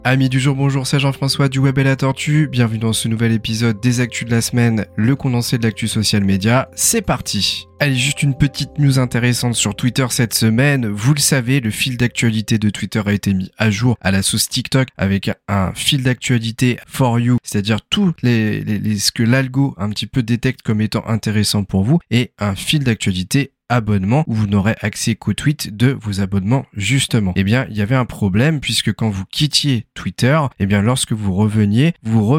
Amis du jour, bonjour, c'est Jean-François du Web et la Tortue. Bienvenue dans ce nouvel épisode des Actus de la semaine, le condensé de l'actu social média. C'est parti. Allez, juste une petite news intéressante sur Twitter cette semaine. Vous le savez, le fil d'actualité de Twitter a été mis à jour à la sauce TikTok avec un fil d'actualité for you, c'est-à-dire tout ce que l'algo un petit peu détecte comme étant intéressant pour vous, et un fil d'actualité abonnement où vous n'aurez accès qu'aux tweets de vos abonnements justement. Eh bien, il y avait un problème puisque quand vous quittiez Twitter, eh bien lorsque vous reveniez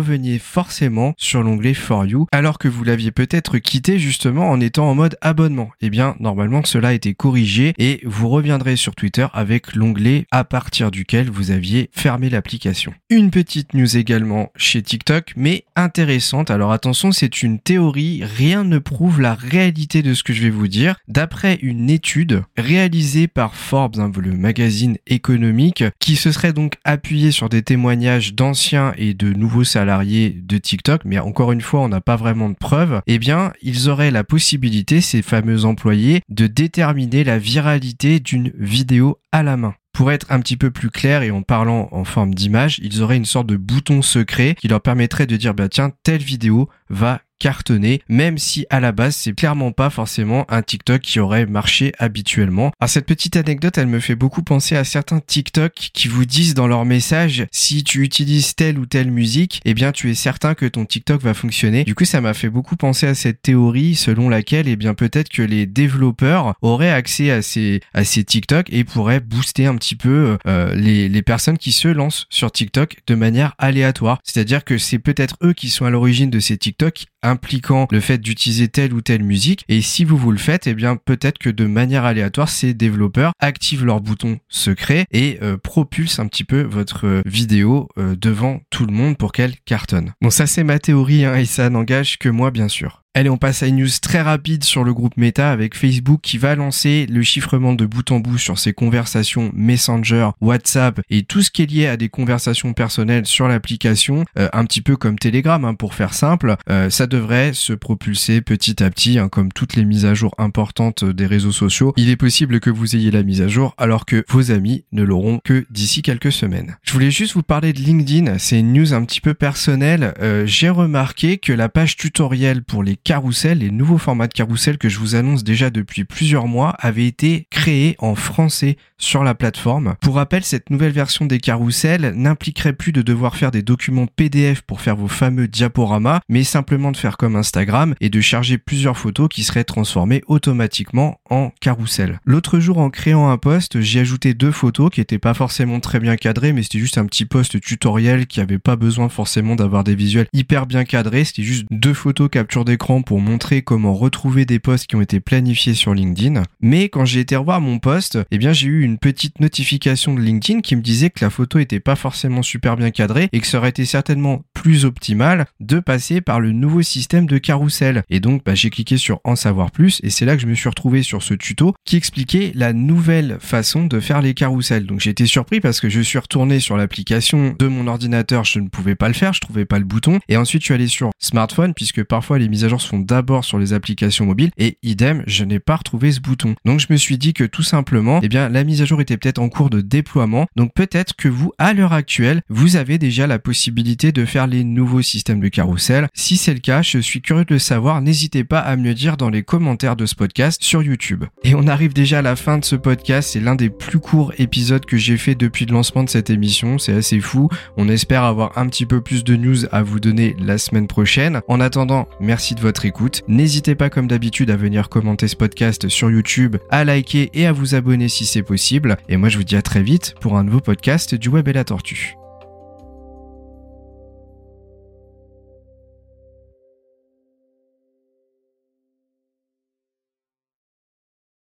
forcément sur l'onglet For You alors que vous l'aviez peut-être quitté justement en étant en mode abonnement. Eh bien, normalement cela a été corrigé et vous reviendrez sur Twitter avec l'onglet à partir duquel vous aviez fermé l'application. Une petite news également chez TikTok, mais intéressante. Alors attention, c'est une théorie, rien ne prouve la réalité de ce que je vais vous dire. D'après une étude réalisée par Forbes, le magazine économique, qui se serait donc appuyé sur des témoignages d'anciens et de nouveaux salariés de TikTok, mais encore une fois, on n'a pas vraiment de preuves, eh bien, ils auraient la possibilité, ces fameux employés, de déterminer la viralité d'une vidéo à la main. Pour être un petit peu plus clair et en parlant en forme d'image, ils auraient une sorte de bouton secret qui leur permettrait de dire tiens, telle vidéo va cartonner, même si à la base c'est clairement pas forcément un TikTok qui aurait marché habituellement. Alors cette petite anecdote, elle me fait beaucoup penser à certains TikTok qui vous disent dans leur message si tu utilises telle ou telle musique, eh bien tu es certain que ton TikTok va fonctionner. Du coup ça m'a fait beaucoup penser à cette théorie selon laquelle eh bien peut-être que les développeurs auraient accès à ces TikTok et pourraient booster un petit peu les personnes qui se lancent sur TikTok de manière aléatoire. C'est-à-dire que c'est peut-être eux qui sont à l'origine de ces TikTok impliquant le fait d'utiliser telle ou telle musique, et si vous le faites, eh bien peut-être que de manière aléatoire ces développeurs activent leur bouton secret et propulsent un petit peu votre vidéo devant tout le monde pour qu'elle cartonne. Bon, ça c'est ma théorie et ça n'engage que moi bien sûr. Allez, on passe à une news très rapide sur le groupe Meta avec Facebook qui va lancer le chiffrement de bout en bout sur ses conversations Messenger, WhatsApp et tout ce qui est lié à des conversations personnelles sur l'application, un petit peu comme Telegram pour faire simple. Ça devrait se propulser petit à petit, comme toutes les mises à jour importantes des réseaux sociaux. Il est possible que vous ayez la mise à jour alors que vos amis ne l'auront que d'ici quelques semaines. Je voulais juste vous parler de LinkedIn, c'est une news un petit peu personnelle. J'ai remarqué que la page tutoriel pour les carousels, les nouveaux formats de carousel que je vous annonce déjà depuis plusieurs mois, avaient été créés en français sur la plateforme. Pour rappel, cette nouvelle version des carousels n'impliquerait plus de devoir faire des documents PDF pour faire vos fameux diaporamas, mais simplement de faire comme Instagram et de charger plusieurs photos qui seraient transformées automatiquement en carrousel. L'autre jour, en créant un post, j'ai ajouté 2 photos qui étaient pas forcément très bien cadrées, mais c'était juste un petit post tutoriel qui avait pas besoin forcément d'avoir des visuels hyper bien cadrés. C'était juste 2 photos capture d'écran pour montrer comment retrouver des posts qui ont été planifiés sur LinkedIn. Mais quand j'ai été revoir mon post, eh bien j'ai eu une petite notification de LinkedIn qui me disait que la photo était pas forcément super bien cadrée et que ça aurait été certainement plus optimal de passer par le nouveau système de carrousel. Et donc j'ai cliqué sur en savoir plus et c'est là que je me suis retrouvé sur ce tuto qui expliquait la nouvelle façon de faire les carousels. Donc j'ai été surpris parce que je suis retourné sur l'application de mon ordinateur, je ne pouvais pas le faire, je trouvais pas le bouton, et ensuite je suis allé sur smartphone puisque parfois les mises à jour se font d'abord sur les applications mobiles et idem, je n'ai pas retrouvé ce bouton. Donc je me suis dit que tout simplement, eh bien la mise à jour était peut-être en cours de déploiement. Donc peut-être que vous, à l'heure actuelle, vous avez déjà la possibilité de faire les nouveaux systèmes de carrousel. Si c'est le cas, je suis curieux de le savoir. N'hésitez pas à me le dire dans les commentaires de ce podcast sur YouTube. Et on arrive déjà à la fin de ce podcast. C'est l'un des plus courts épisodes que j'ai fait depuis le lancement de cette émission. C'est assez fou. On espère avoir un petit peu plus de news à vous donner la semaine prochaine. En attendant, merci de votre écoute. N'hésitez pas comme d'habitude à venir commenter ce podcast sur YouTube, à liker et à vous abonner si c'est possible. Et moi je vous dis à très vite pour un nouveau podcast du Web et la Tortue.